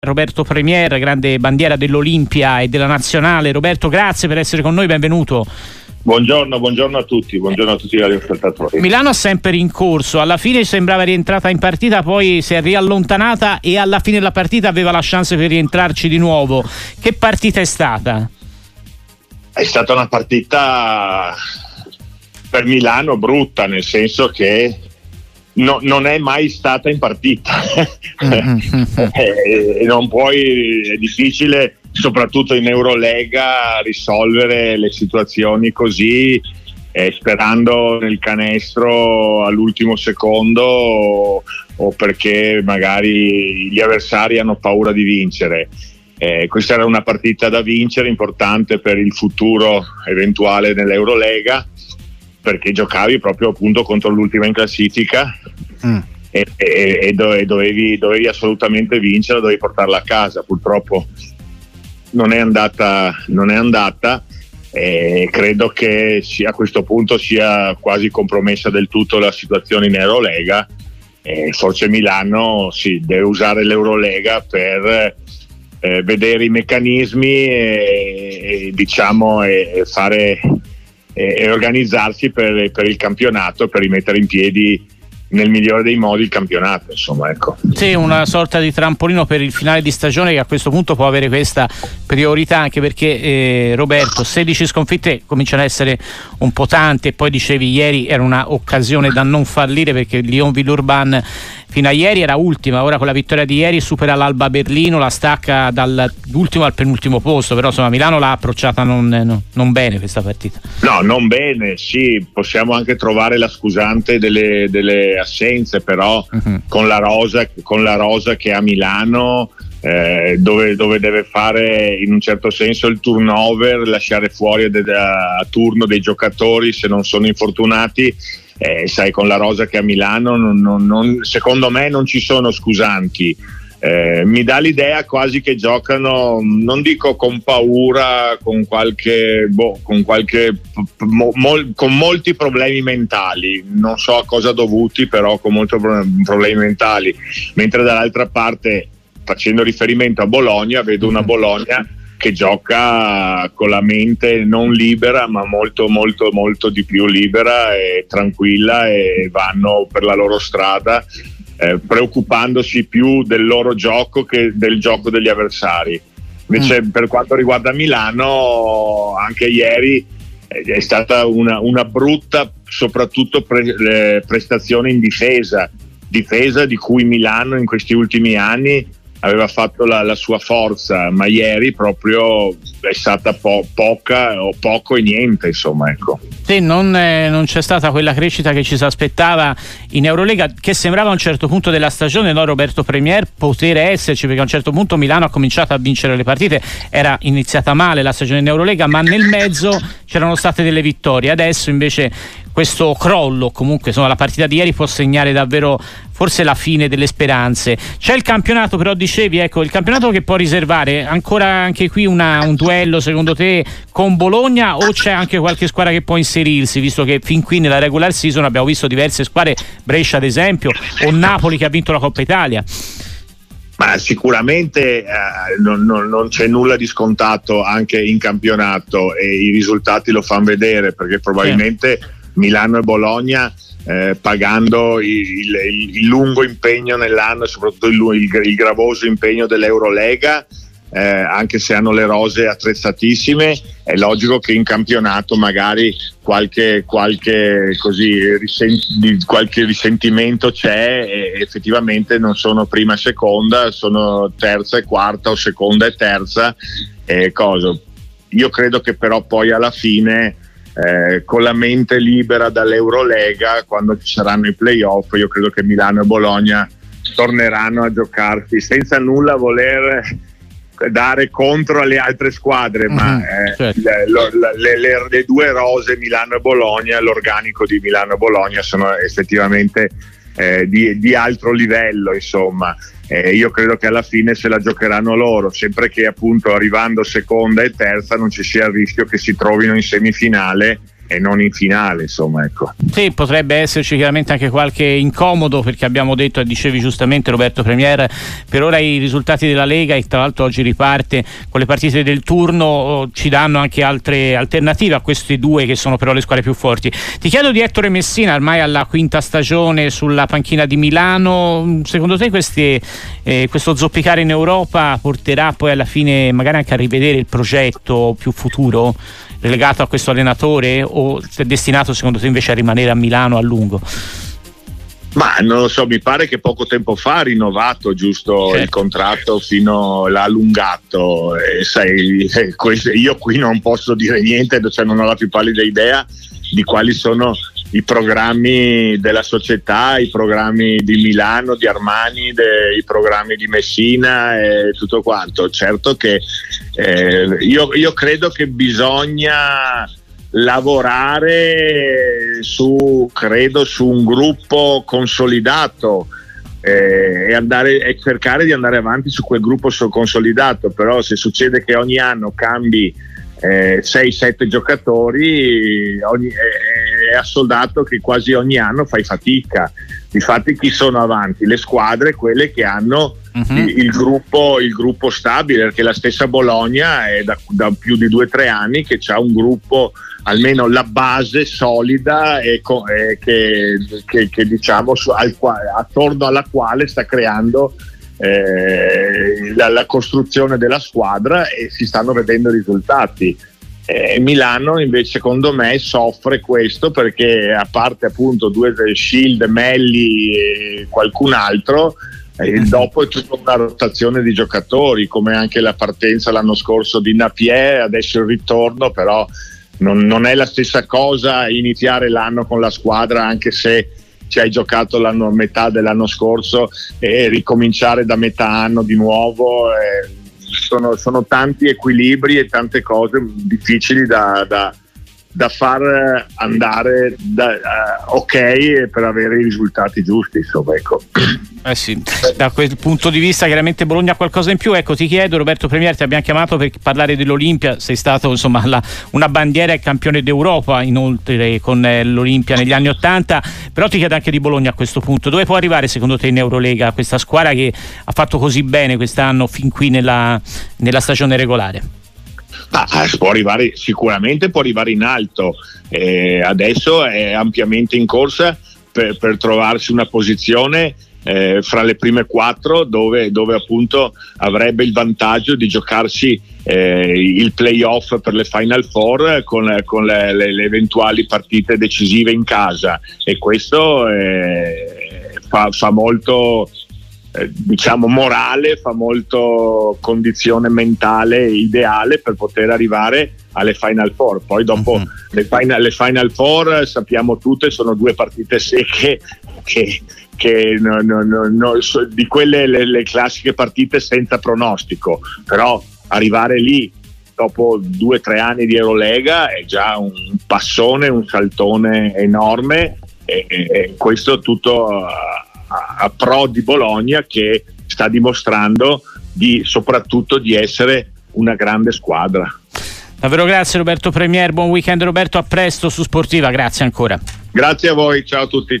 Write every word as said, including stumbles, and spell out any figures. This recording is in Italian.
Roberto Premier, grande bandiera dell'Olimpia e della Nazionale. Roberto, grazie per essere con noi, benvenuto. Buongiorno, buongiorno a tutti, buongiorno a tutti gli ascoltatori. Milano ha sempre rincorso, alla fine sembrava rientrata in partita, poi si è riallontanata e alla fine della partita aveva la chance per rientrarci di nuovo. Che partita è stata? È stata una partita per Milano brutta, nel senso che no, non è mai stata in partita. e non puoi, è difficile, soprattutto in Eurolega, risolvere le situazioni così, eh, sperando nel canestro all'ultimo secondo o, o perché magari gli avversari hanno paura di vincere. Eh, questa era una partita da vincere, importante per il futuro eventuale nell'Eurolega, perché giocavi proprio appunto contro l'ultima in classifica. mm. e, e, e dovevi, dovevi assolutamente vincere, dovevi portarla a casa. Purtroppo non è andata, non è andata e credo che sia, a questo punto sia quasi compromessa del tutto la situazione in Eurolega. E forse Milano sì, deve usare l'Eurolega per eh, vedere i meccanismi e, e diciamo e, e fare e, e organizzarsi per, per il campionato, per rimettere in piedi nel migliore dei modi il campionato, insomma, ecco. Sì, una sorta di trampolino per il finale di stagione che a questo punto può avere questa priorità, anche perché eh, Roberto, sedici sconfitte cominciano ad essere un po' tante, e poi dicevi ieri era una occasione da non fallire, perché Lyon Villeurbanne fino a ieri era ultima, ora con la vittoria di ieri supera l'Alba Berlino, la stacca dall'ultimo al penultimo posto, però insomma Milano l'ha approcciata non, non, non bene questa partita. No, non bene, sì, possiamo anche trovare la scusante delle, delle assenze, però uh-huh. con la rosa, con la rosa che ha Milano, eh, dove, dove deve fare in un certo senso il turnover, lasciare fuori de, de, a turno dei giocatori se non sono infortunati. Eh, sai, con la rosa che a Milano non, non, non, secondo me non ci sono scusanti. Eh, mi dà l'idea quasi che giocano, non dico con paura, con qualche, boh, con qualche mo, mol, con molti problemi mentali, non so a cosa dovuti, però con molti problemi mentali, mentre dall'altra parte, facendo riferimento a Bologna, vedo una Bologna che gioca con la mente non libera, ma molto molto molto di più libera e tranquilla, e vanno per la loro strada, eh, preoccupandosi più del loro gioco che del gioco degli avversari. Invece mm. per quanto riguarda Milano, anche ieri è stata una, una brutta, soprattutto pre, eh, prestazione in difesa, difesa di cui Milano in questi ultimi anni aveva fatto la, la sua forza, ma ieri proprio è stata po- poca o poco e niente, insomma, ecco. Sì, non, eh, non c'è stata quella crescita che ci si aspettava in Eurolega, che sembrava a un certo punto della stagione, no, Roberto Premier, poter esserci, perché a un certo punto Milano ha cominciato a vincere le partite, era iniziata male la stagione in Eurolega, ma nel mezzo c'erano state delle vittorie. Adesso invece questo crollo, comunque insomma la partita di ieri può segnare davvero forse la fine delle speranze. C'è il campionato, però dicevi, ecco, il campionato che può riservare ancora anche qui una, un duello secondo te con Bologna, o c'è anche qualche squadra che può inserirsi, visto che fin qui nella regular season abbiamo visto diverse squadre, Brescia ad esempio, o Napoli che ha vinto la Coppa Italia? Ma sicuramente eh, non, non, non c'è nulla di scontato anche in campionato, e i risultati lo fanno vedere, perché probabilmente sì. Milano e Bologna, eh, pagando il, il, il lungo impegno nell'anno e soprattutto il, il, il gravoso impegno dell'Eurolega, eh, anche se hanno le rose attrezzatissime, è logico che in campionato magari qualche, qualche, così, risent- qualche risentimento c'è, e effettivamente non sono prima e seconda, sono terza e quarta o seconda e terza. E cosa. Io credo che però poi alla fine, Eh, con la mente libera dall'Eurolega, quando ci saranno i playoff, io credo che Milano e Bologna torneranno a giocarsi, senza nulla voler dare contro alle altre squadre, mm-hmm, ma eh, certo. le, le, le, le due rose Milano e Bologna, l'organico di Milano e Bologna sono effettivamente eh, di, di altro livello, insomma. Eh, io credo che alla fine se la giocheranno loro, sempre che appunto arrivando seconda e terza non ci sia il rischio che si trovino in semifinale e non in finale, insomma, ecco. Sì, potrebbe esserci chiaramente anche qualche incomodo, perché abbiamo detto, e dicevi giustamente Roberto Premier, per ora i risultati della Lega, e tra l'altro oggi riparte con le partite del turno, ci danno anche altre alternative a questi due che sono però le squadre più forti. Ti chiedo di Ettore Messina, ormai alla quinta stagione sulla panchina di Milano, secondo te questi, eh, questo zoppicare in Europa porterà poi alla fine magari anche a rivedere il progetto più futuro legato a questo allenatore, o è destinato secondo te invece a rimanere a Milano a lungo? Ma non lo so, mi pare che poco tempo fa ha rinnovato giusto certo. il contratto, fino l'ha allungato, e sai, eh, questo, io qui non posso dire niente, cioè non ho la più pallida idea di quali sono i programmi della società, i programmi di Milano, di Armani, de, i programmi di Messina e tutto quanto. Certo che eh, io, io credo che bisogna lavorare su, credo, su un gruppo consolidato eh, e, andare, e cercare di andare avanti su quel gruppo consolidato. Però se succede che ogni anno cambi eh, sei sette giocatori, ogni, è, è assodato che quasi ogni anno fai fatica. Difatti chi sono avanti? Le squadre, quelle che hanno uh-huh. il, il, gruppo, il gruppo stabile, perché la stessa Bologna è da, da più di due o tre anni che ha un gruppo, almeno la base solida e, co- e che, che, che diciamo su, al quale, attorno alla quale sta creando eh, la, la costruzione della squadra, e si stanno vedendo i risultati. Eh, Milano invece secondo me soffre questo, perché a parte appunto due Shield, Melli e qualcun altro, eh, dopo è tutta una rotazione di giocatori, come anche la partenza l'anno scorso di Napier, adesso il ritorno, però non, non è la stessa cosa iniziare l'anno con la squadra, anche se ci hai giocato l'anno, metà dell'anno scorso, e ricominciare da metà anno di nuovo. eh, Sono, sono tanti equilibri e tante cose difficili da, da, da far andare da, uh, ok per avere i risultati giusti, insomma, ecco. Eh sì, da quel punto di vista chiaramente Bologna ha qualcosa in più. Ecco, ti chiedo, Roberto Premier, ti abbiamo chiamato per parlare dell'Olimpia, sei stato insomma la, una bandiera e campione d'Europa inoltre con eh, l'Olimpia negli anni Ottanta, però ti chiedo anche di Bologna a questo punto. Dove può arrivare secondo te in Eurolega questa squadra che ha fatto così bene quest'anno fin qui nella, nella stagione regolare? Ah, può arrivare, sicuramente può arrivare in alto, eh, adesso è ampiamente in corsa per, per trovarsi una posizione eh, fra le prime quattro, dove, dove appunto avrebbe il vantaggio di giocarsi eh, il playoff per le Final Four con, con le, le, le eventuali partite decisive in casa, e questo eh, fa, fa molto Eh, diciamo morale, fa molto condizione mentale ideale per poter arrivare alle Final Four. Poi dopo uh-huh. le, final, le Final Four sappiamo tutte, sono due partite secche che, che no, no, no, no, di quelle le, le classiche partite senza pronostico, però arrivare lì dopo due o tre anni di Eurolega è già un passone, un saltone enorme, e, e questo tutto uh, a pro di Bologna, che sta dimostrando di, soprattutto di essere una grande squadra. Davvero grazie Roberto Premier, buon weekend Roberto, a presto su Sportiva, grazie ancora. Grazie a voi, ciao a tutti.